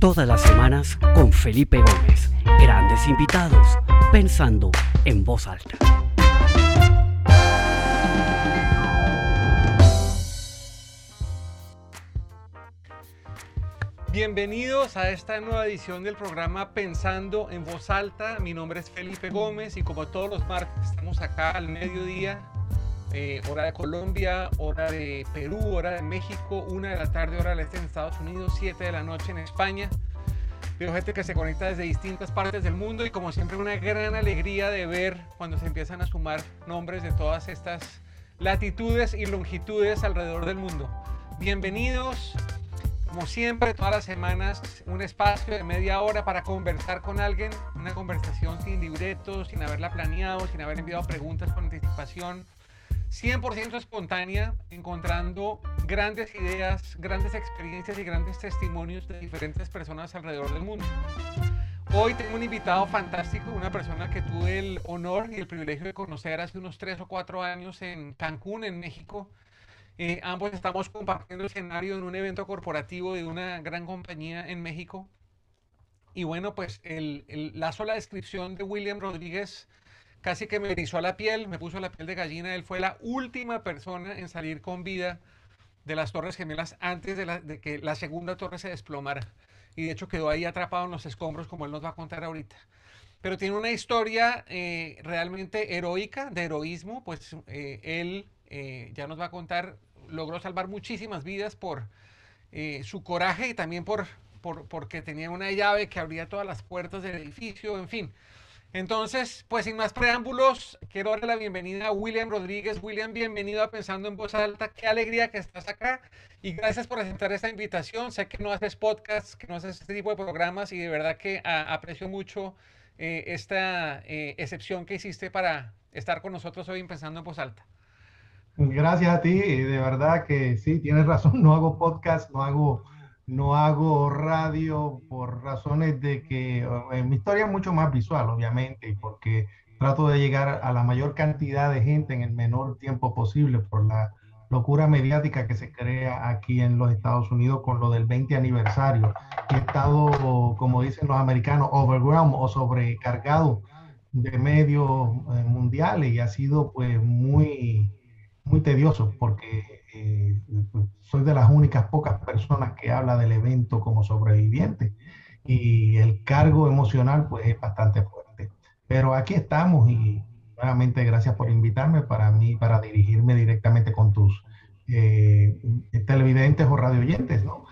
Todas las semanas con Felipe Gómez. Grandes invitados, pensando en voz alta. Bienvenidos a esta nueva edición del programa Pensando en Voz Alta. Mi nombre es Felipe Gómez y como todos los martes estamos acá al mediodía, hora de Colombia, hora de Perú, hora de México, 1 de la tarde, hora del este en Estados Unidos, 7 de la noche en España. Veo gente que se conecta desde distintas partes del mundo y como siempre una gran alegría de ver cuando se empiezan a sumar nombres de todas estas latitudes y longitudes alrededor del mundo. Bienvenidos. Como siempre, todas las semanas, un espacio de media hora para conversar con alguien, una conversación sin libretos, sin haberla planeado, sin haber enviado preguntas con anticipación, 100% espontánea, encontrando grandes ideas, grandes experiencias y grandes testimonios de diferentes personas alrededor del mundo. Hoy tengo un invitado fantástico, una persona que tuve el honor y el privilegio de conocer hace unos 3 o 4 años en Cancún, en México. Ambos estamos compartiendo escenario en un evento corporativo de una gran compañía en México. Y bueno, pues la sola descripción de William Rodríguez casi que me erizó la piel, me puso la piel de gallina. Él fue la última persona en salir con vida de las Torres Gemelas antes de que la segunda torre se desplomara. Y de hecho quedó ahí atrapado en los escombros, como él nos va a contar ahorita. Pero tiene una historia realmente heroica, de heroísmo, pues él ya nos va a contar, logró salvar muchísimas vidas por su coraje y también porque tenía una llave que abría todas las puertas del edificio, en fin. Entonces, pues sin más preámbulos, quiero darle la bienvenida a William Rodríguez. William, bienvenido a Pensando en Voz Alta. Qué alegría que estás acá y gracias por aceptar esta invitación. Sé que no haces podcasts, que no haces este tipo de programas y de verdad que aprecio mucho esta excepción que hiciste para estar con nosotros hoy en Pensando en Voz Alta. Gracias a ti, de verdad que sí, tienes razón, no hago podcast, no hago radio por razones de que mi historia es mucho más visual, obviamente, y porque trato de llegar a la mayor cantidad de gente en el menor tiempo posible por la locura mediática que se crea aquí en los Estados Unidos con lo del 20 aniversario. He estado, como dicen los americanos, overwhelmed o sobrecargado de medios mundiales y ha sido pues muy tedioso porque soy de las únicas pocas personas que habla del evento como sobreviviente y el cargo emocional pues es bastante fuerte. Pero aquí estamos y nuevamente gracias por invitarme para dirigirme directamente con tus televidentes o radioyentes, ¿no?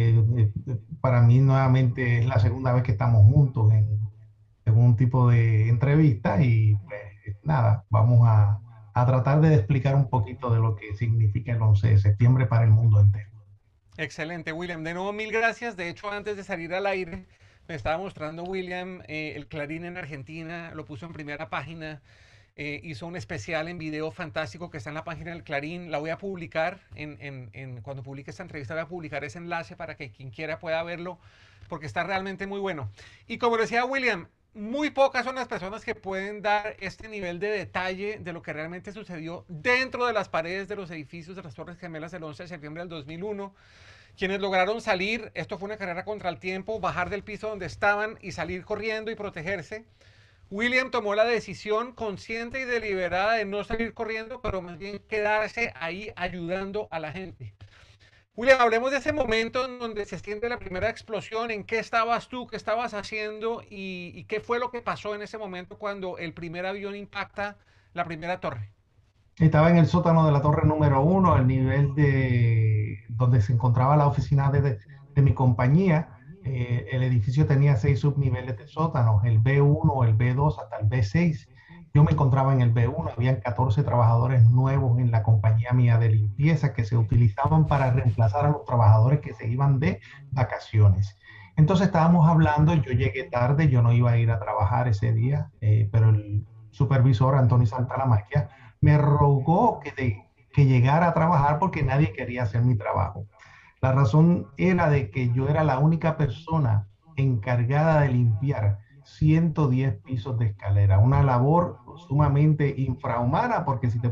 Para mí nuevamente es la segunda vez que estamos juntos en un tipo de entrevista y pues nada, vamos a tratar de explicar un poquito de lo que significa el 11 de septiembre para el mundo entero. Excelente, William. De nuevo, mil gracias. De hecho, antes de salir al aire, me estaba mostrando William el Clarín en Argentina, lo puso en primera página, hizo un especial en video fantástico que está en la página del Clarín. La voy a publicar, cuando publique esta entrevista voy a publicar ese enlace para que quien quiera pueda verlo, porque está realmente muy bueno. Y como decía William, muy pocas son las personas que pueden dar este nivel de detalle de lo que realmente sucedió dentro de las paredes de los edificios de las Torres Gemelas el 11 de septiembre del 2001. Quienes lograron salir, esto fue una carrera contra el tiempo, bajar del piso donde estaban y salir corriendo y protegerse. William tomó la decisión consciente y deliberada de no salir corriendo, pero más bien quedarse ahí ayudando a la gente. William, hablemos de ese momento en donde se siente la primera explosión. ¿En qué estabas tú? ¿Qué estabas haciendo? ¿Y qué fue lo que pasó en ese momento cuando el primer avión impacta la primera torre? Estaba en el sótano de la torre número 1, el nivel de donde se encontraba la oficina de mi compañía. El edificio tenía 6 subniveles de sótanos, el B1, el B2 hasta el B6. Yo me encontraba en el B1, habían 14 trabajadores nuevos en la compañía mía de limpieza que se utilizaban para reemplazar a los trabajadores que se iban de vacaciones. Entonces estábamos hablando, yo llegué tarde, yo no iba a ir a trabajar ese día, pero el supervisor Antonio Santalamaquia me rogó que llegara a trabajar porque nadie quería hacer mi trabajo. La razón era de que yo era la única persona encargada de limpiar 110 pisos de escalera, una labor sumamente infrahumana porque si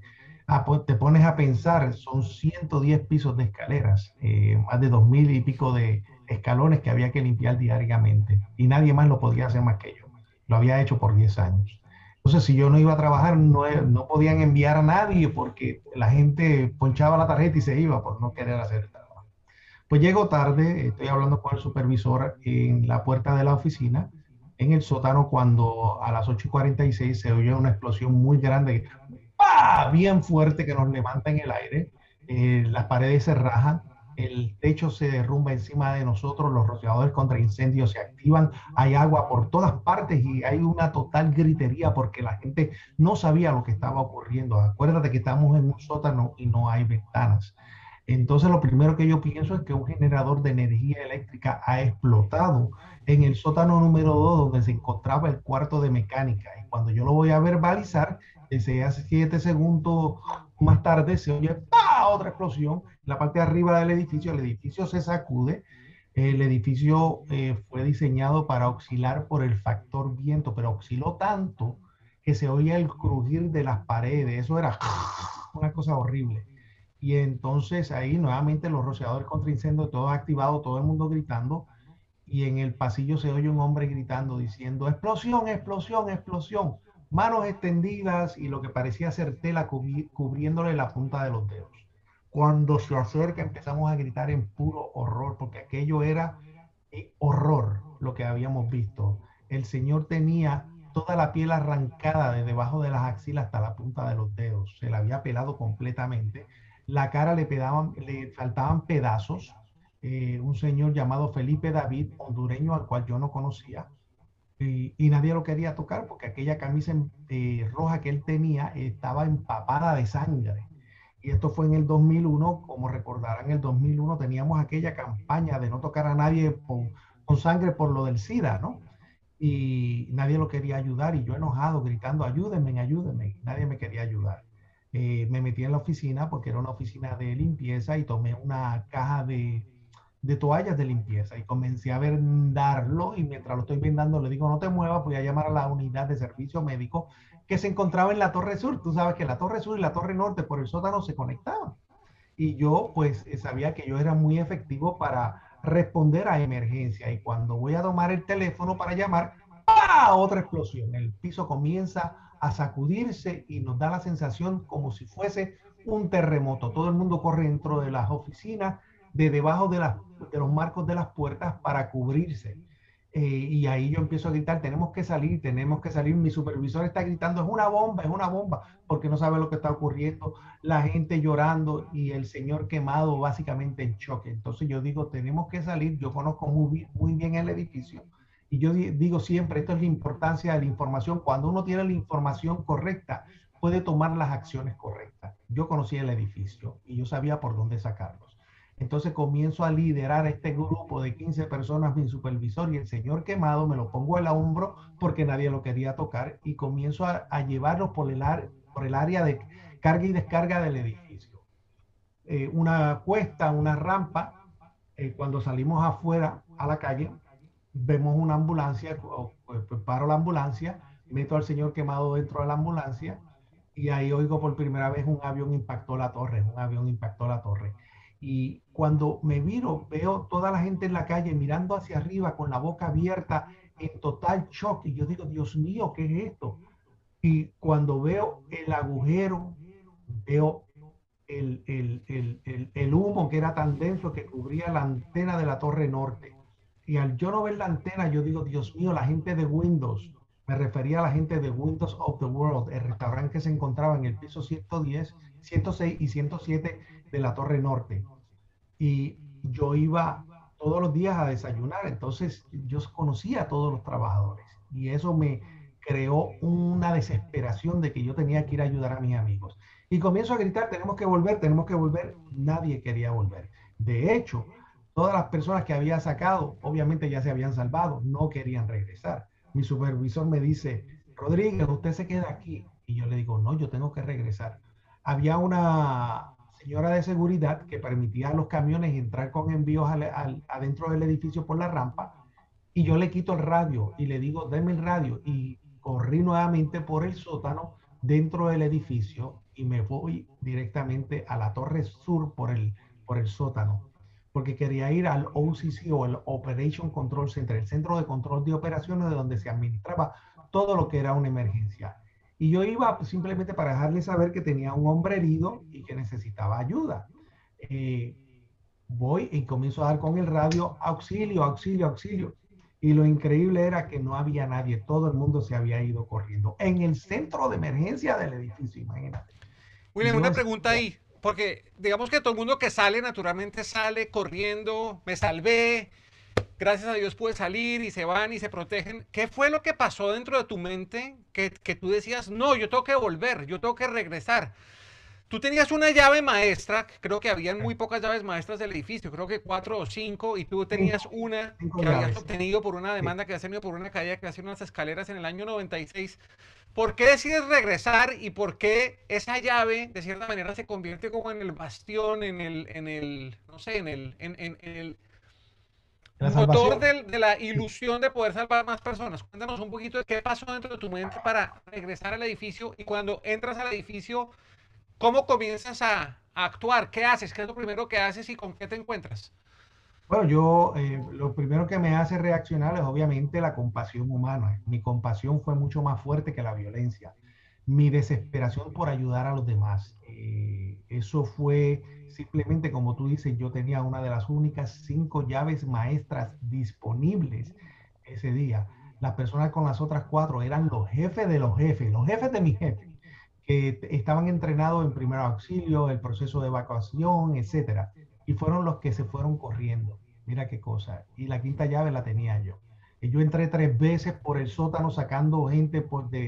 te pones a pensar, son 110 pisos de escaleras, más de 2000 y pico de escalones que había que limpiar diariamente y nadie más lo podía hacer más que yo. Lo había hecho por 10 años. Entonces, si yo no iba a trabajar, no podían enviar a nadie porque la gente ponchaba la tarjeta y se iba por no querer hacer el trabajo. Pues llego tarde, estoy hablando con el supervisor en la puerta de la oficina, en el sótano, cuando a las 8:46 se oye una explosión muy grande, ¡pah! Bien fuerte, que nos levanta en el aire. Las paredes se rajan, el techo se derrumba encima de nosotros, los rociadores contra incendios se activan, hay agua por todas partes y hay una total gritería porque la gente no sabía lo que estaba ocurriendo. Acuérdate que estamos en un sótano y no hay ventanas. Entonces, lo primero que yo pienso es que un generador de energía eléctrica ha explotado en el sótano número 2, donde se encontraba el cuarto de mecánica. Y cuando yo lo voy a verbalizar, ese hace 7 segundos más tarde se oye ¡pah! Otra explosión en la parte de arriba del edificio. El edificio se sacude. El edificio fue diseñado para oscilar por el factor viento, pero osciló tanto que se oía el crujir de las paredes. Eso era una cosa horrible. Y entonces ahí nuevamente los rociadores contra incendio, todo activado, todo el mundo gritando. Y en el pasillo se oye un hombre gritando, diciendo, explosión, explosión, explosión. Manos extendidas y lo que parecía ser tela cubriéndole la punta de los dedos. Cuando se acerca empezamos a gritar en puro horror, porque aquello era horror lo que habíamos visto. El señor tenía toda la piel arrancada de debajo de las axilas hasta la punta de los dedos. Se la había pelado completamente. La cara le faltaban pedazos. Un señor llamado Felipe David, hondureño, al cual yo no conocía, y nadie lo quería tocar porque aquella camisa roja que él tenía estaba empapada de sangre. Y esto fue en el 2001, como recordarán, en el 2001 teníamos aquella campaña de no tocar a nadie con sangre por lo del SIDA, ¿no? Y nadie lo quería ayudar y yo enojado, gritando, ayúdenme, ayúdenme. Nadie me quería ayudar. Me metí en la oficina porque era una oficina de limpieza y tomé una caja de toallas de limpieza y comencé a vendarlo y mientras lo estoy vendando le digo, no te muevas, voy a llamar a la unidad de servicio médico que se encontraba en la Torre Sur. Tú sabes que la Torre Sur y la Torre Norte por el sótano se conectaban. Y yo pues sabía que yo era muy efectivo para responder a emergencia y cuando voy a tomar el teléfono para llamar, ¡pah! Otra explosión. El piso comienza a sacudirse y nos da la sensación como si fuese un terremoto. Todo el mundo corre dentro de las oficinas, de debajo de los marcos de las puertas para cubrirse. Y ahí yo empiezo a gritar, tenemos que salir, tenemos que salir. Mi supervisor está gritando, es una bomba, porque no sabe lo que está ocurriendo. La gente llorando y el señor quemado básicamente en choque. Entonces yo digo, tenemos que salir. Yo conozco muy bien el edificio. Y yo digo siempre, esto es la importancia de la información. Cuando uno tiene la información correcta, puede tomar las acciones correctas. Yo conocía el edificio y yo sabía por dónde sacarlos. Entonces comienzo a liderar este grupo de 15 personas, mi supervisor y el señor quemado, me lo pongo al hombro porque nadie lo quería tocar y comienzo a llevarlos por el área de carga y descarga del edificio. Una cuesta, una rampa, cuando salimos afuera a la calle, vemos una ambulancia, paro la ambulancia, meto al señor quemado dentro de la ambulancia y ahí oigo por primera vez un avión impactó la torre, un avión impactó la torre. Y cuando me miro, veo toda la gente en la calle mirando hacia arriba con la boca abierta en total shock. Y yo digo, Dios mío, ¿qué es esto? Y cuando veo el agujero, veo el humo que era tan denso que cubría la antena de la Torre Norte. Y al yo no ver la antena, yo digo, Dios mío, la gente de Windows, me refería a la gente de Windows of the World, el restaurante que se encontraba en el piso 110, 106 y 107 de la Torre Norte. Y yo iba todos los días a desayunar, entonces yo conocía a todos los trabajadores y eso me creó una desesperación de que yo tenía que ir a ayudar a mis amigos. Y comienzo a gritar, tenemos que volver, tenemos que volver. Nadie quería volver. De hecho, todas las personas que había sacado, obviamente ya se habían salvado, no querían regresar. Mi supervisor me dice, Rodríguez, usted se queda aquí. Y yo le digo, no, yo tengo que regresar. Había una señora de seguridad que permitía a los camiones entrar con envíos adentro del edificio por la rampa y yo le quito el radio y le digo, deme el radio y corrí nuevamente por el sótano dentro del edificio y me voy directamente a la Torre Sur por el sótano. porque quería ir al OCC o el Operation Control Center, el Centro de Control de Operaciones, de donde se administraba todo lo que era una emergencia. Y yo iba simplemente para dejarle saber que tenía un hombre herido y que necesitaba ayuda. Eh, Voy y comienzo a dar con el radio, auxilio, auxilio, auxilio. Y lo increíble era que no había nadie, todo el mundo se había ido corriendo en el centro de emergencia del edificio, imagínate. Y William, yo una decía, pregunta ahí, porque digamos que todo el mundo que sale naturalmente sale corriendo, me salvé, gracias a Dios pude salir y se van y se protegen. ¿Qué fue lo que pasó dentro de tu mente que tú decías, no, yo tengo que volver, yo tengo que regresar? Tú tenías una llave maestra, creo que habían muy pocas llaves maestras del edificio, creo que 4 o 5, y tú tenías cinco, una cinco que habías llaves. obtenido por una Sí. demanda que habías tenido por una caída que hacía unas escaleras en el año 96. ¿Por qué decides regresar y por qué esa llave de cierta manera se convierte como en el bastión, no sé, en el La motor salvación. de la ilusión de poder salvar más personas? Cuéntanos un poquito de qué pasó dentro de tu mente para regresar al edificio y cuando entras al edificio, ¿cómo comienzas a actuar? ¿Qué haces? ¿Qué es lo primero que haces y con qué te encuentras? Bueno, lo primero que me hace reaccionar es obviamente la compasión humana. Mi compasión fue mucho más fuerte que la violencia. Mi desesperación por ayudar a los demás. Eso fue simplemente, como tú dices, yo tenía una de las únicas 5 llaves maestras disponibles ese día. Las personas con las otras 4 eran los jefes de los jefes de mis jefes, que estaban entrenados en primer auxilio, el proceso de evacuación, etcétera, y fueron los que se fueron corriendo. Mira qué cosa. Y la quinta llave la tenía yo. Y yo entré 3 veces por el sótano sacando gente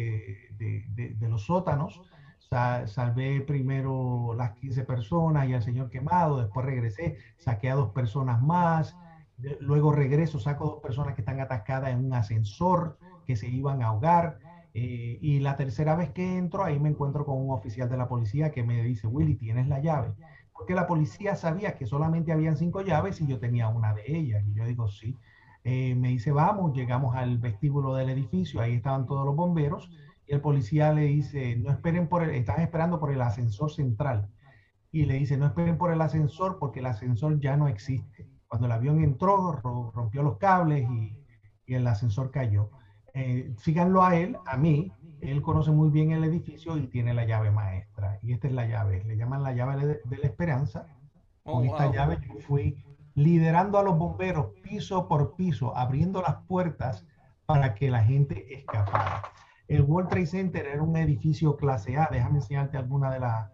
de los sótanos. Salvé primero las 15 personas y al señor quemado, después regresé, saqué a 2 personas más, luego regreso, saco 2 personas que están atascadas en un ascensor, que se iban a ahogar, y la tercera vez que entro, ahí me encuentro con un oficial de la policía que me dice, Willy, ¿tienes la llave? Porque la policía sabía que solamente habían 5 llaves y yo tenía una de ellas. Y yo digo, sí. Me dice, vamos, llegamos al vestíbulo del edificio, ahí estaban todos los bomberos, y el policía le dice, no esperen están esperando por el ascensor central. Y le dice, no esperen por el ascensor porque el ascensor ya no existe. Cuando el avión entró, rompió los cables y el ascensor cayó. Síganlo a él, a mí. Él conoce muy bien el edificio y tiene la llave maestra. Y esta es la llave, le llaman la llave de la esperanza. Oh, Con esta wow. llave yo fui liderando a los bomberos piso por piso, abriendo las puertas para que la gente escapara. El World Trade Center era un edificio clase A. Déjame enseñarte alguna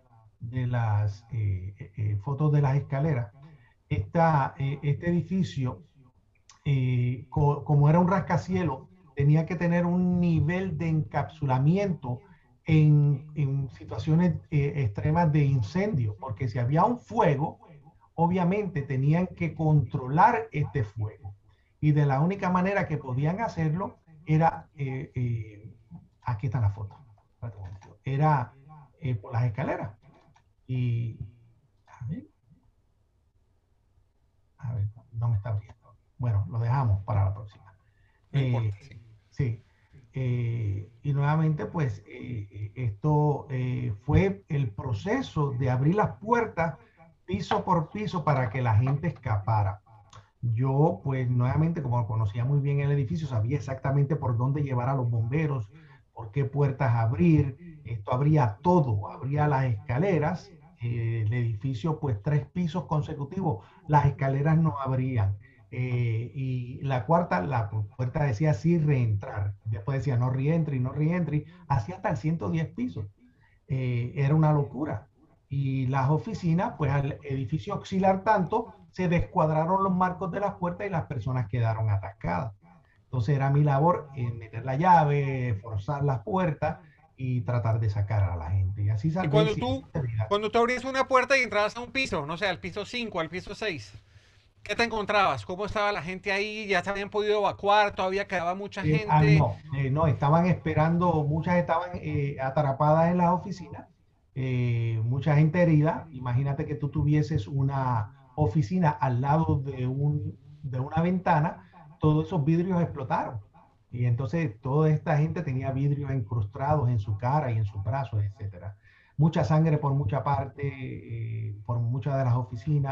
de las fotos de las escaleras. Este edificio, como era un rascacielos, tenía que tener un nivel de encapsulamiento en situaciones extremas de incendio, porque si había un fuego, obviamente tenían que controlar este fuego. Y de la única manera que podían hacerlo era, aquí está la foto, era por las escaleras. Y, a ver, a ver, no me está abriendo. Bueno, lo dejamos para la próxima. No Eh, importa, sí. sí. Y nuevamente, pues, esto fue el proceso de abrir las puertas piso por piso para que la gente escapara. Yo, pues, nuevamente, como conocía muy bien el edificio, sabía exactamente por dónde llevar a los bomberos, por qué puertas abrir. Esto abría todo, abría las escaleras. El edificio, pues, 3 pisos consecutivos, las escaleras no abrían. Y la cuarta, la puerta decía sí reentrar. Después decía no reentry, no reentry. Hacía hasta el 110 pisos. Era una locura. Y las oficinas, pues al edificio oscilar tanto, se descuadraron los marcos de las puertas y las personas quedaron atascadas. Entonces era mi labor meter la llave, forzar las puertas y tratar de sacar a la gente. Y así Y salvé cientos de vidas. cuando tú abrías una puerta y entrabas a un piso, no sé, al piso 5, al piso 6, ¿qué te encontrabas? ¿Cómo estaba la gente ahí? ¿Ya se habían podido evacuar? ¿Todavía quedaba mucha gente? No, estaban esperando, muchas estaban atrapadas en las oficinas, mucha gente herida. Imagínate que tú tuvieses una oficina al lado de una ventana, todos esos vidrios explotaron. Y entonces toda esta gente tenía vidrios incrustados en su cara y en sus brazos, etcétera. Mucha sangre por mucha parte, por muchas de las oficinas.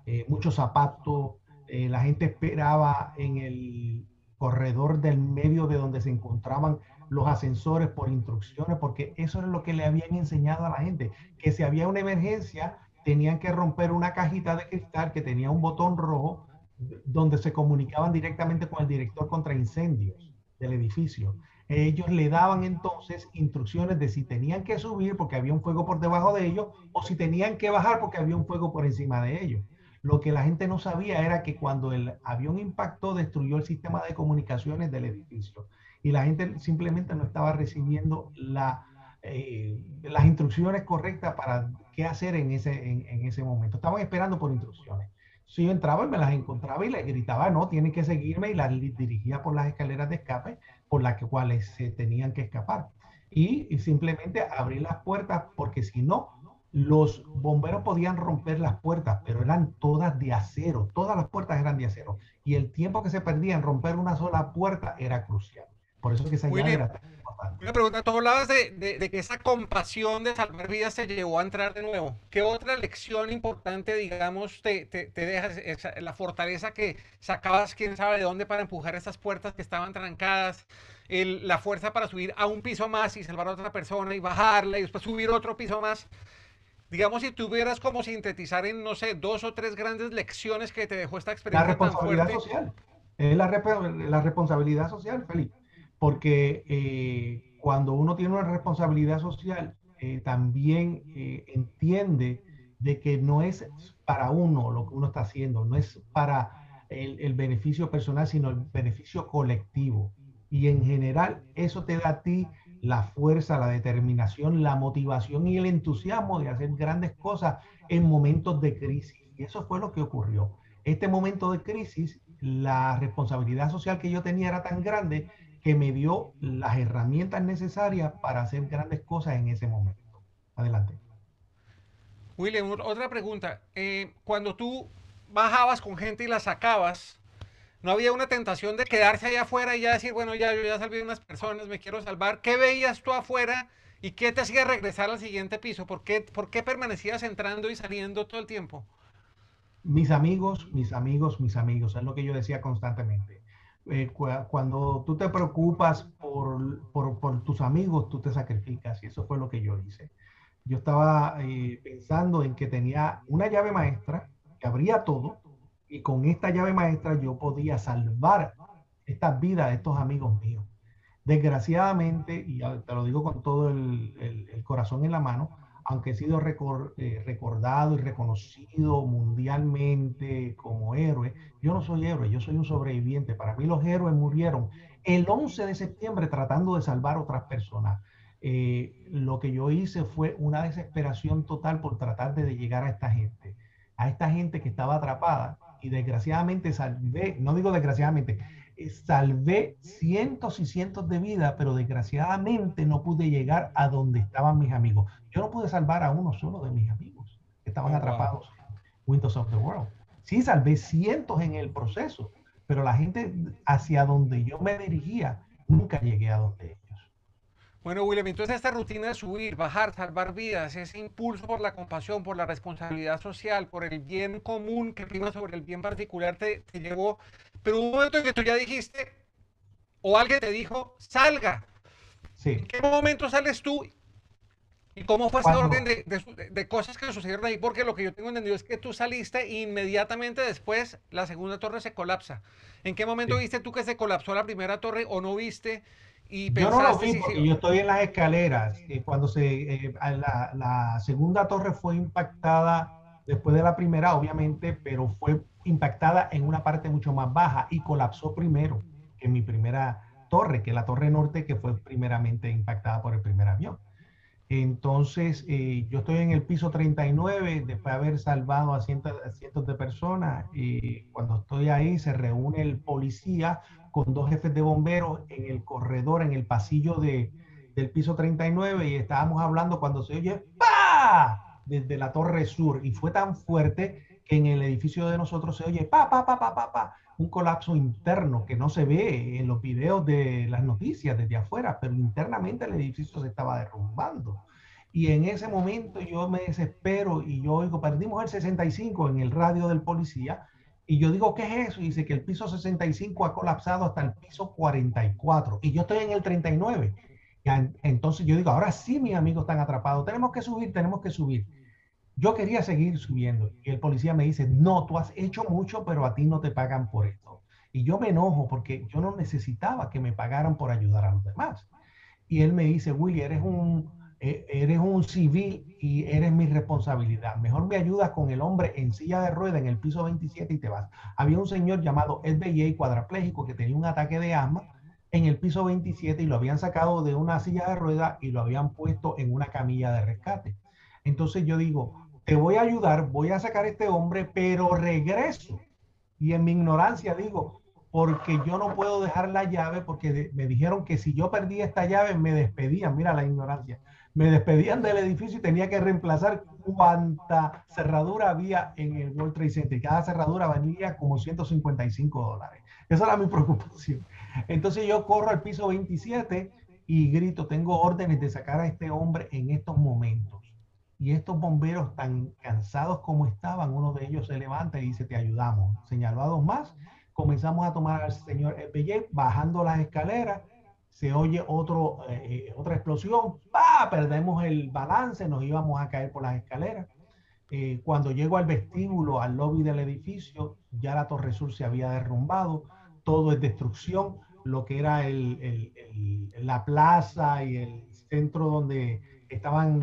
muchos zapatos, la gente esperaba en el corredor del medio de donde se encontraban los ascensores por instrucciones, porque eso es lo que le habían enseñado a la gente, que si había una emergencia, tenían que romper una cajita de cristal que tenía un botón rojo donde se comunicaban directamente con el director contra incendios del edificio. Ellos le daban entonces instrucciones de si tenían que subir porque había un fuego por debajo de ellos o si tenían que bajar porque había un fuego por encima de ellos. Lo que la gente no sabía era que cuando el avión impactó, destruyó el sistema de comunicaciones del edificio y la gente simplemente no estaba recibiendo las instrucciones correctas para qué hacer en ese momento. Estaban esperando por instrucciones. Si yo entraba y me las encontraba y les gritaba, no, tienen que seguirme y las dirigía por las escaleras de escape por las cuales se tenían que escapar. Y simplemente abrir las puertas porque si no, los bomberos podían romper las puertas, pero eran todas de acero, todas las puertas eran de acero. Y el tiempo que se perdía en romper una sola puerta era crucial. Por eso es que esa llave William, era tan importante. una pregunta, tú hablabas de que esa compasión de salvar vidas te llevó a entrar de nuevo. ¿Qué otra lección importante, digamos, te deja la fortaleza que sacabas, quién sabe de dónde, para empujar esas puertas que estaban trancadas? La fuerza para subir a un piso más y salvar a otra persona y bajarla y después subir otro piso más. Digamos, si tuvieras como sintetizar en, no sé, 2 o 3 grandes lecciones que te dejó esta La experiencia tan responsabilidad fuerte. social. Es la responsabilidad social, Felipe. Porque cuando uno tiene una responsabilidad social, también entiende de que no es para uno lo que uno está haciendo, no es para el beneficio personal, sino el beneficio colectivo. Y en general, eso te da a ti la fuerza, la determinación, la motivación y el entusiasmo de hacer grandes cosas en momentos de crisis. Y eso fue lo que ocurrió. Este momento de crisis, la responsabilidad social que yo tenía era tan grande que me dio las herramientas necesarias para hacer grandes cosas en ese momento. Adelante. William, otra pregunta. Cuando tú bajabas con gente y la sacabas, ¿no había una tentación de quedarse allá afuera y ya decir, bueno, ya yo ya salvé unas personas, me quiero salvar? ¿Qué veías tú afuera y qué te hacía regresar al siguiente piso? ¿Por qué permanecías entrando y saliendo todo el tiempo? Mis amigos, mis amigos, mis amigos, es lo que yo decía constantemente. Cuando tú te preocupas por tus amigos, tú te sacrificas y eso fue lo que yo hice. Yo estaba pensando en que tenía una llave maestra que abría todo y con esta llave maestra yo podía salvar estas vidas de estos amigos míos. Desgraciadamente, y te lo digo con todo el corazón en la mano, aunque he sido recordado y reconocido mundialmente como héroe, yo no soy héroe, yo soy un sobreviviente. Para mí los héroes murieron el 11 de septiembre tratando de salvar otras personas. Lo que yo hice fue una desesperación total por tratar de llegar a esta gente que estaba atrapada y desgraciadamente salvé, no digo desgraciadamente, salvé cientos y cientos de vidas, pero desgraciadamente no pude llegar a donde estaban mis amigos. Yo no pude salvar a uno solo de mis amigos que estaban Oh, wow. atrapados en Windows of the World. Sí, salvé cientos en el proceso, pero la gente hacia donde yo me dirigía, nunca llegué a donde ellos. Bueno, William, entonces esta rutina de subir, bajar, salvar vidas, ese impulso por la compasión, por la responsabilidad social, por el bien común que prima sobre el bien particular, te llevó. Pero hubo un momento en que tú ya dijiste, o alguien te dijo, salga. ¿En Sí, qué momento sales tú? ¿Y cómo fue ese orden cuando, de cosas que sucedieron ahí? Porque lo que yo tengo entendido es que tú saliste e inmediatamente después la segunda torre se colapsa. ¿En qué momento sí. viste tú que se colapsó la primera torre o no viste y Yo no lo pensaste vi si sí? porque yo estoy en las escaleras. Cuando la segunda torre fue impactada después de la primera, obviamente, pero fue impactada en una parte mucho más baja y colapsó primero que mi primera torre, que la torre norte, que fue primeramente impactada por el primer avión. Entonces, yo estoy en el piso 39, después de haber salvado a cientos de personas. Y cuando estoy ahí, se reúne el policía con dos jefes de bomberos en el corredor, en el pasillo del piso 39, y estábamos hablando cuando se oye ¡pa! Desde la torre sur. Y fue tan fuerte que en el edificio de nosotros se oye ¡pa, pa, pa, pa, pa, pa! Un colapso interno que no se ve en los videos de las noticias desde afuera, pero internamente el edificio se estaba derrumbando. Y en ese momento yo me desespero y yo oigo, perdimos el 65 en el radio del policía. Y yo digo, ¿qué es eso? Y dice que el piso 65 ha colapsado hasta el piso 44. Y yo estoy en el 39. Entonces yo digo, ahora sí mis amigos están atrapados. Tenemos que subir, tenemos que subir. Yo quería seguir subiendo. Y el policía me dice, no, tú has hecho mucho, pero a ti no te pagan por esto. Y yo me enojo porque yo no necesitaba que me pagaran por ayudar a los demás. Y él me dice, Willy, eres un civil y eres mi responsabilidad. Mejor me ayudas con el hombre en silla de rueda en el piso 27 y te vas. Había un señor llamado Ed Bellay, cuadrapléjico, que tenía un ataque de asma en el piso 27 y lo habían sacado de una silla de rueda y lo habían puesto en una camilla de rescate. Entonces yo digo, te voy a ayudar, voy a sacar a este hombre, pero regreso. Y en mi ignorancia digo, porque yo no puedo dejar la llave, porque me dijeron que si yo perdía esta llave me despedían, mira la ignorancia, me despedían del edificio y tenía que reemplazar cuanta cerradura había en el World Trade Center. Cada cerradura valía como $155. Esa era mi preocupación. Entonces yo corro al piso 27 y grito, tengo órdenes de sacar a este hombre en estos momentos. Y estos bomberos tan cansados como estaban, uno de ellos se levanta y dice, te ayudamos. Señaló a dos más. Comenzamos a tomar al señor Bellet bajando las escaleras. Se oye otra explosión. ¡Pah! Perdemos el balance, nos íbamos a caer por las escaleras. Cuando llego al vestíbulo, al lobby del edificio, ya la Torre Sur se había derrumbado. Todo es destrucción. Lo que era la plaza y el centro donde estaban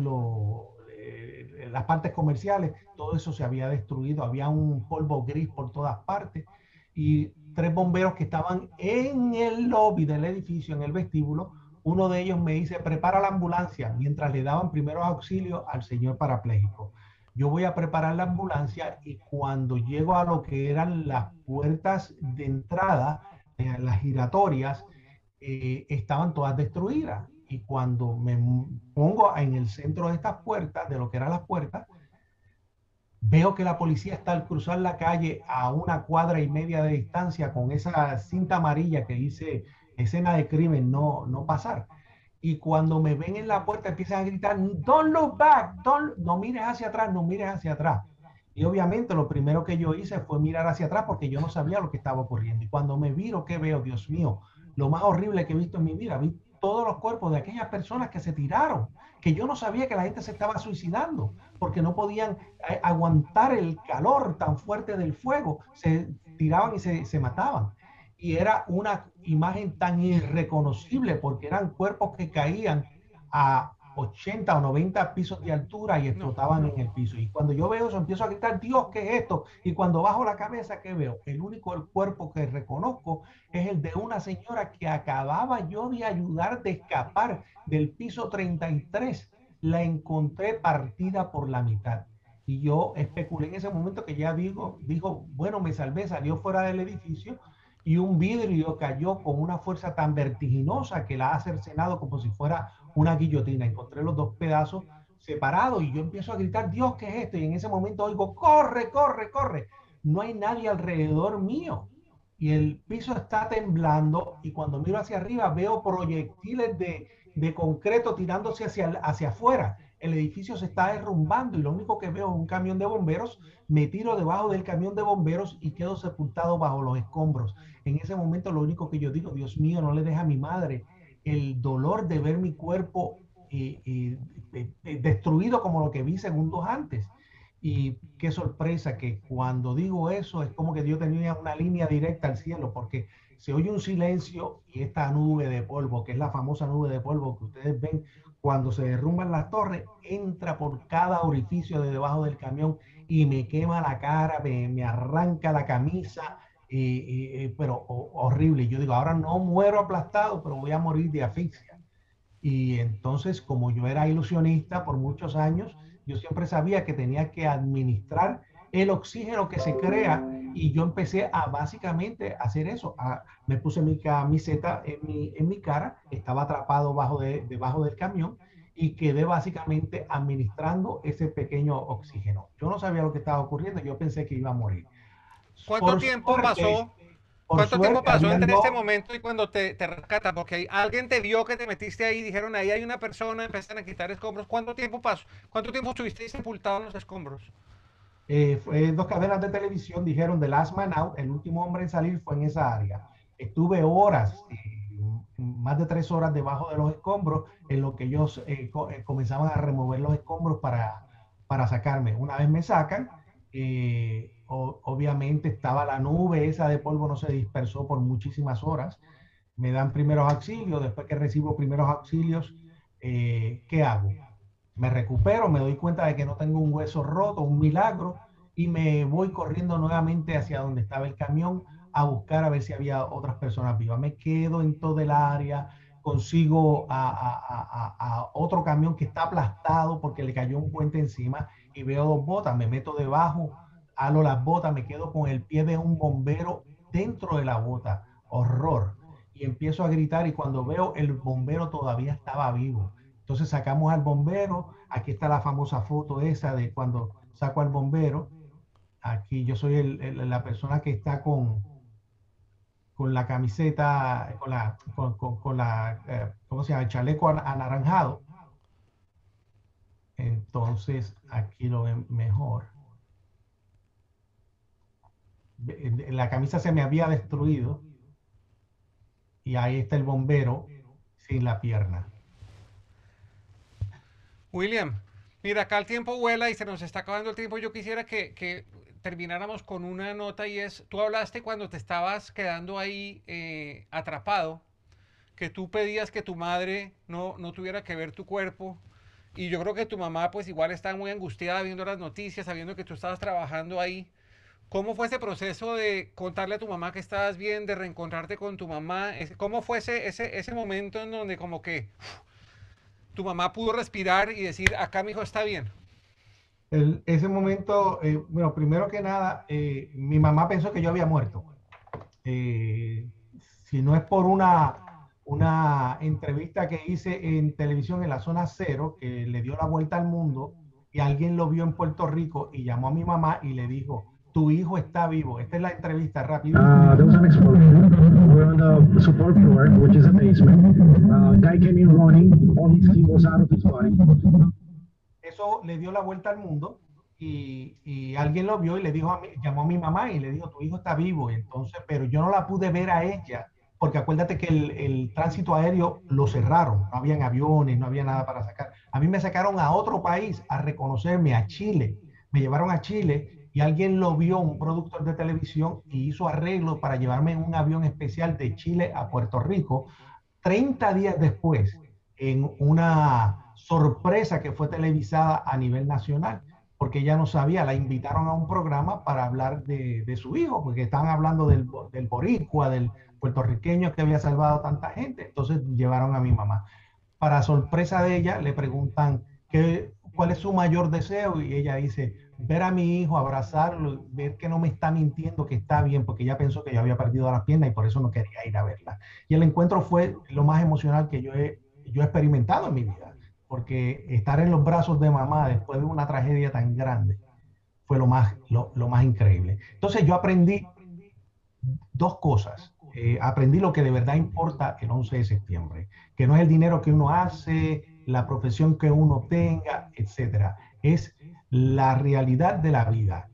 las partes comerciales, todo eso se había destruido, había un polvo gris por todas partes y tres bomberos que estaban en el lobby del edificio, en el vestíbulo. Uno de ellos me dice, prepara la ambulancia, mientras le daban primeros auxilios al señor parapléjico. Yo voy a preparar la ambulancia y cuando llego a lo que eran las puertas de entrada, las giratorias, estaban todas destruidas. Y cuando me pongo en el centro de estas puertas, de lo que eran las puertas, veo que la policía está al cruzar la calle a 1,25 cuadras de distancia con esa cinta amarilla que dice escena de crimen, no pasar. Y cuando me ven en la puerta empiezan a gritar, don't look back, no mires hacia atrás, no mires hacia atrás. Y obviamente lo primero que yo hice fue mirar hacia atrás porque yo no sabía lo que estaba ocurriendo. Y cuando me viro, ¿qué veo? Dios mío, lo más horrible que he visto en mi vida. Vi todos los cuerpos de aquellas personas que se tiraron, que yo no sabía que la gente se estaba suicidando porque no podían aguantar el calor tan fuerte del fuego, se tiraban y se mataban. Y era una imagen tan irreconocible porque eran cuerpos que caían a 80 o 90 pisos de altura y explotaban en el piso. Y cuando yo veo eso, empiezo a gritar, Dios, ¿qué es esto? Y cuando bajo la cabeza, ¿qué veo? El único cuerpo que reconozco es el de una señora que acababa yo de ayudar de escapar del piso 33. La encontré partida por la mitad. Y yo especulé en ese momento que ya dijo, bueno, me salvé, salió fuera del edificio y un vidrio cayó con una fuerza tan vertiginosa que la ha cercenado como si fuera una guillotina. Encontré los dos pedazos separados y yo empiezo a gritar, Dios, ¿qué es esto? Y en ese momento oigo, corre, corre, corre. No hay nadie alrededor mío. Y el piso está temblando y cuando miro hacia arriba veo proyectiles de concreto tirándose hacia afuera. El edificio se está derrumbando y lo único que veo es un camión de bomberos. Me tiro debajo del camión de bomberos y quedo sepultado bajo los escombros. En ese momento lo único que yo digo, Dios mío, no le deja a mi madre el dolor de ver mi cuerpo destruido como lo que vi segundos antes. Y qué sorpresa que cuando digo eso es como que yo tenía una línea directa al cielo, porque se oye un silencio y esta nube de polvo, que es la famosa nube de polvo que ustedes ven cuando se derrumban las torres, entra por cada orificio de debajo del camión y me quema la cara, me arranca la camisa, pero horrible. Yo digo, ahora no muero aplastado, pero voy a morir de asfixia. Y entonces, como yo era ilusionista por muchos años, yo siempre sabía que tenía que administrar el oxígeno que se crea y yo empecé a básicamente hacer eso. Me puse mi camiseta en mi cara, estaba atrapado debajo del camión y quedé básicamente administrando ese pequeño oxígeno. Yo no sabía lo que estaba ocurriendo, yo pensé que iba a morir. ¿Cuánto tiempo pasó? Por ¿Cuánto tiempo suerte, pasó habían entre este dos. momento y cuando te rescatan? Porque alguien te vio que te metiste ahí, dijeron ahí hay una persona, empiezan a quitar escombros. ¿Cuánto tiempo pasó? ¿Cuánto tiempo estuviste sepultado en los escombros? Fue dos cadenas de televisión dijeron The Last Man Out, el último hombre en salir fue en esa área. Estuve horas, más de 3 horas debajo de los escombros, en lo que ellos comenzaban a remover los escombros para sacarme. Una vez me sacan, obviamente estaba la nube esa de polvo, no se dispersó por muchísimas horas. Me dan primeros auxilios, después que recibo primeros auxilios, ¿qué hago? Me recupero, me doy cuenta de que no tengo un hueso roto, un milagro, y me voy corriendo nuevamente hacia donde estaba el camión a buscar a ver si había otras personas vivas. Me quedo en todo el área, consigo a otro camión que está aplastado porque le cayó un puente encima y veo dos botas, me meto debajo, halo las botas, me quedo con el pie de un bombero dentro de la bota. Horror. Y empiezo a gritar y cuando veo el bombero todavía estaba vivo. Entonces sacamos al bombero, aquí está la famosa foto esa de cuando saco al bombero, aquí yo soy la persona que está con la camiseta, ¿cómo se llama? El chaleco anaranjado. Entonces aquí lo ven mejor. La camisa se me había destruido y ahí está el bombero sin la pierna. William, mira, acá el tiempo vuela y se nos está acabando el tiempo. Yo quisiera que termináramos con una nota y es, tú hablaste cuando te estabas quedando ahí atrapado, que tú pedías que tu madre no tuviera que ver tu cuerpo. Y yo creo que tu mamá pues igual estaba muy angustiada viendo las noticias, sabiendo que tú estabas trabajando ahí. ¿Cómo fue ese proceso de contarle a tu mamá que estabas bien, de reencontrarte con tu mamá? ¿Cómo fue ese momento en donde como que tu mamá pudo respirar y decir, acá mi hijo está bien? Ese momento, bueno, primero que nada, mi mamá pensó que yo había muerto. Eh, si no es por una entrevista que hice en televisión en la zona cero, que le dio la vuelta al mundo, y alguien lo vio en Puerto Rico y llamó a mi mamá y le dijo, tu hijo está vivo. Esta es la entrevista rápida. There was an explosion. We're on the support floor, which is a basement. Guy came in running. All his skin was out of his body. Eso le dio la vuelta al mundo y alguien lo vio y le dijo llamó a mi mamá y le dijo, tu hijo está vivo. Y entonces, pero yo no la pude ver a ella, porque acuérdate que el tránsito aéreo lo cerraron, no habían aviones, no había nada para sacar. A mí me sacaron a otro país a reconocerme, a Chile. Me llevaron a Chile y alguien lo vio, un productor de televisión, y hizo arreglos para llevarme en un avión especial de Chile a Puerto Rico 30 días después, en una sorpresa que fue televisada a nivel nacional, porque ella no sabía, la invitaron a un programa para hablar de su hijo, porque estaban hablando del boricua, del puertorriqueño que había salvado a tanta gente, entonces llevaron a mi mamá. Para sorpresa de ella, le preguntan cuál es su mayor deseo y ella dice, ver a mi hijo, abrazarlo, ver que no me está mintiendo, que está bien, porque ella pensó que yo había perdido las piernas y por eso no quería ir a verla. Y el encuentro fue lo más emocional que yo he experimentado en mi vida, porque estar en los brazos de mamá después de una tragedia tan grande fue lo más increíble. Entonces yo aprendí dos cosas. Aprendí lo que de verdad importa el 11 de septiembre, que no es el dinero que uno hace, la profesión que uno tenga, etcétera. Es la realidad de la vida.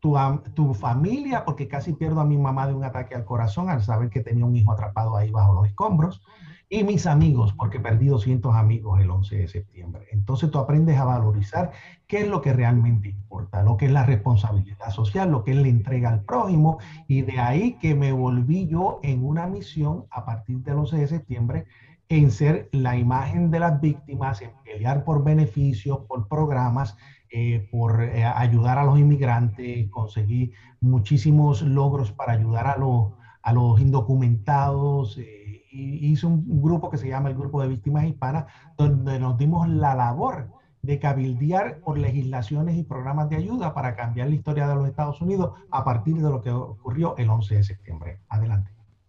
Tu familia, porque casi pierdo a mi mamá de un ataque al corazón al saber que tenía un hijo atrapado ahí bajo los escombros, y mis amigos, porque perdí 200 amigos el 11 de septiembre. Entonces tú aprendes a valorizar qué es lo que realmente importa, lo que es la responsabilidad social, lo que es la entrega al prójimo, y de ahí que me volví yo en una misión a partir del 11 de septiembre en ser la imagen de las víctimas, en pelear por beneficios, por programas, por ayudar a los inmigrantes, conseguí muchísimos logros para ayudar a los indocumentados. Hice un grupo que se llama el Grupo de Víctimas Hispanas, donde nos dimos la labor de cabildear por legislaciones y programas de ayuda para cambiar la historia de los Estados Unidos a partir de lo que ocurrió el 11 de septiembre. Adelante.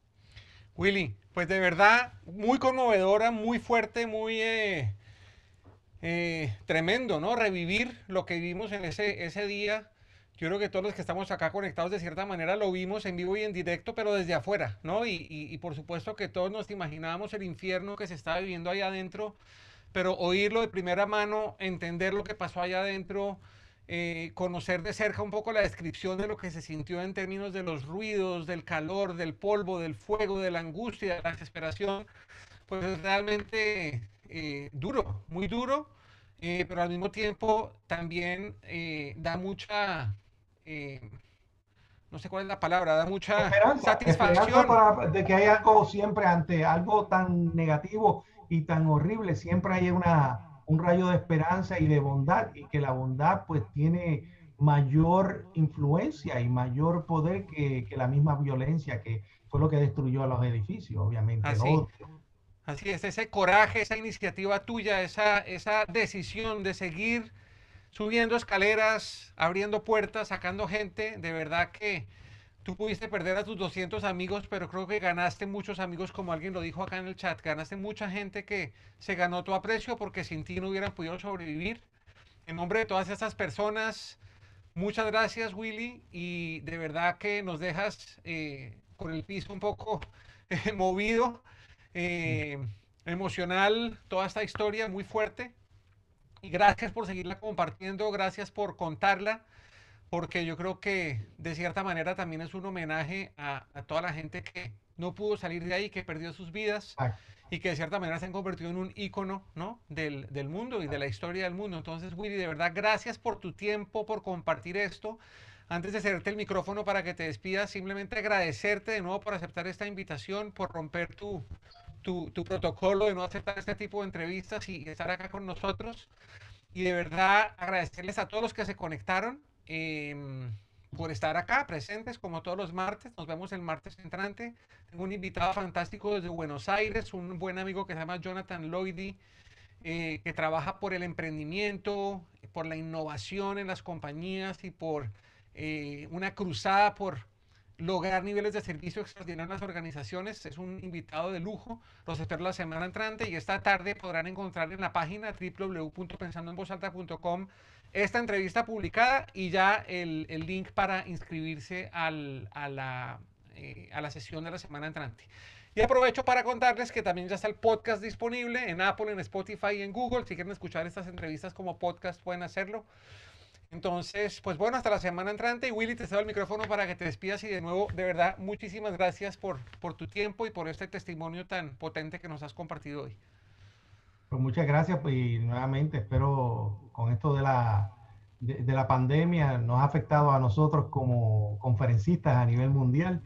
Willy, pues de verdad, muy conmovedora, muy fuerte, muy tremendo, ¿no? Revivir lo que vivimos en ese día. Yo creo que todos los que estamos acá conectados de cierta manera lo vimos en vivo y en directo, pero desde afuera, ¿no? Y por supuesto que todos nos imaginábamos el infierno que se estaba viviendo allá adentro, pero oírlo de primera mano, entender lo que pasó allá adentro, conocer de cerca un poco la descripción de lo que se sintió en términos de los ruidos, del calor, del polvo, del fuego, de la angustia, de la desesperación, pues es realmente duro, muy duro, pero al mismo tiempo también da mucha, no sé cuál es la palabra, da mucha satisfacción. De que hay algo siempre ante algo tan negativo y tan horrible, siempre hay un rayo de esperanza y de bondad, y que la bondad pues tiene mayor influencia y mayor poder que la misma violencia, que fue lo que destruyó a los edificios, obviamente. Así es, ese coraje, esa iniciativa tuya, esa decisión de seguir subiendo escaleras, abriendo puertas, sacando gente, de verdad que tú pudiste perder a tus 200 amigos, pero creo que ganaste muchos amigos, como alguien lo dijo acá en el chat, ganaste mucha gente que se ganó tu aprecio porque sin ti no hubieran podido sobrevivir. En nombre de todas estas personas, muchas gracias, Willy, y de verdad que nos dejas con el piso un poco movido, emocional, toda esta historia muy fuerte. Y gracias por seguirla compartiendo, gracias por contarla, porque yo creo que de cierta manera también es un homenaje a toda la gente que no pudo salir de ahí, que perdió sus vidas y que de cierta manera se han convertido en un ícono, ¿no? del mundo y de la historia del mundo. Entonces, Willy, de verdad, gracias por tu tiempo, por compartir esto. Antes de cederte el micrófono para que te despidas, simplemente agradecerte de nuevo por aceptar esta invitación, por romper tu protocolo de no aceptar este tipo de entrevistas y estar acá con nosotros. Y de verdad agradecerles a todos los que se conectaron por estar acá presentes como todos los martes. Nos vemos el martes entrante. Tengo un invitado fantástico desde Buenos Aires, un buen amigo que se llama Jonathan Lloydy, que trabaja por el emprendimiento, por la innovación en las compañías y por una cruzada por lograr niveles de servicio extraordinarios en las organizaciones. Es un invitado de lujo. Los espero la semana entrante, y esta tarde podrán encontrar en la página www.pensandoenvozalta.com esta entrevista publicada y ya el link para inscribirse a la sesión de la semana entrante. Y aprovecho para contarles que también ya está el podcast disponible en Apple, en Spotify y en Google. Si quieren escuchar estas entrevistas como podcast, pueden hacerlo. Entonces, pues bueno, hasta la semana entrante. Y Willy, te cedo el micrófono para que te despidas, y de nuevo, de verdad, muchísimas gracias por tu tiempo y por este testimonio tan potente que nos has compartido hoy. Pues muchas gracias, y nuevamente espero con esto de la pandemia nos ha afectado a nosotros como conferencistas a nivel mundial,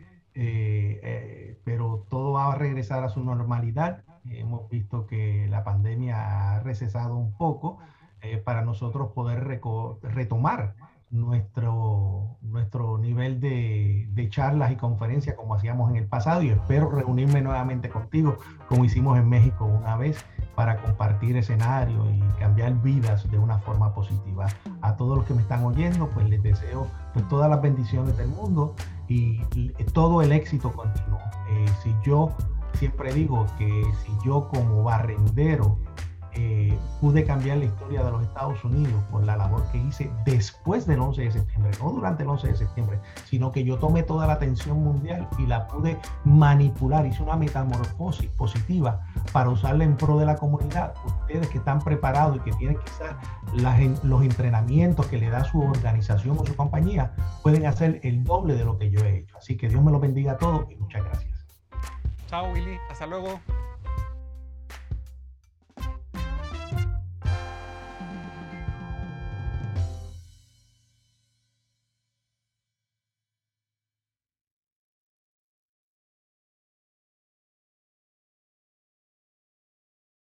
pero todo va a regresar a su normalidad. Hemos visto que la pandemia ha recesado un poco para nosotros poder retomar nuestro nivel de charlas y conferencias como hacíamos en el pasado, y espero reunirme nuevamente contigo como hicimos en México una vez para compartir escenario y cambiar vidas de una forma positiva. A todos los que me están oyendo, pues les deseo pues todas las bendiciones del mundo y todo el éxito continuo. Si yo siempre digo que si yo como barrendero pude cambiar la historia de los Estados Unidos por la labor que hice después del 11 de septiembre, no durante el 11 de septiembre, sino que yo tomé toda la atención mundial y la pude manipular, hice una metamorfosis positiva para usarla en pro de la comunidad. Ustedes que están preparados y que tienen quizás los entrenamientos que le da su organización o su compañía, pueden hacer el doble de lo que yo he hecho. Así que Dios me los bendiga a todos y muchas gracias. Chao, Willy, hasta luego.